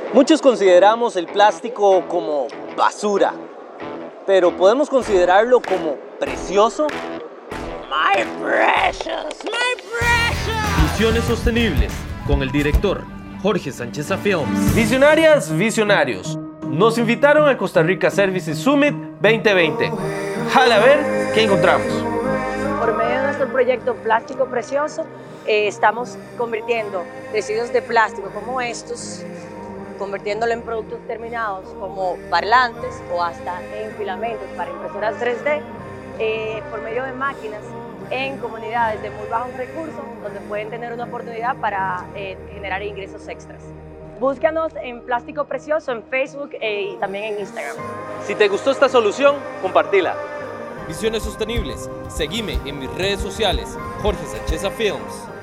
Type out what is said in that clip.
Muchos consideramos el plástico como basura, pero ¿podemos considerarlo como precioso? My precious, my precious. Misiones sostenibles con el director Jorge Sánchez Films. Visionarias, visionarios, nos invitaron al Costa Rica Services Summit 2020. Jala a ver qué encontramos. Por medio de nuestro proyecto Plástico Precioso, estamos convirtiendo residuos de plástico como estos, convirtiéndolo en productos terminados como parlantes o hasta en filamentos para impresoras 3D, por medio de máquinas en comunidades de muy bajos recursos, donde pueden tener una oportunidad para generar ingresos extras. Búscanos en Plástico Precioso en Facebook y también en Instagram. Si te gustó esta solución, compartila. Misiones sostenibles. Seguime en mis redes sociales, Jorge Sánchez Films.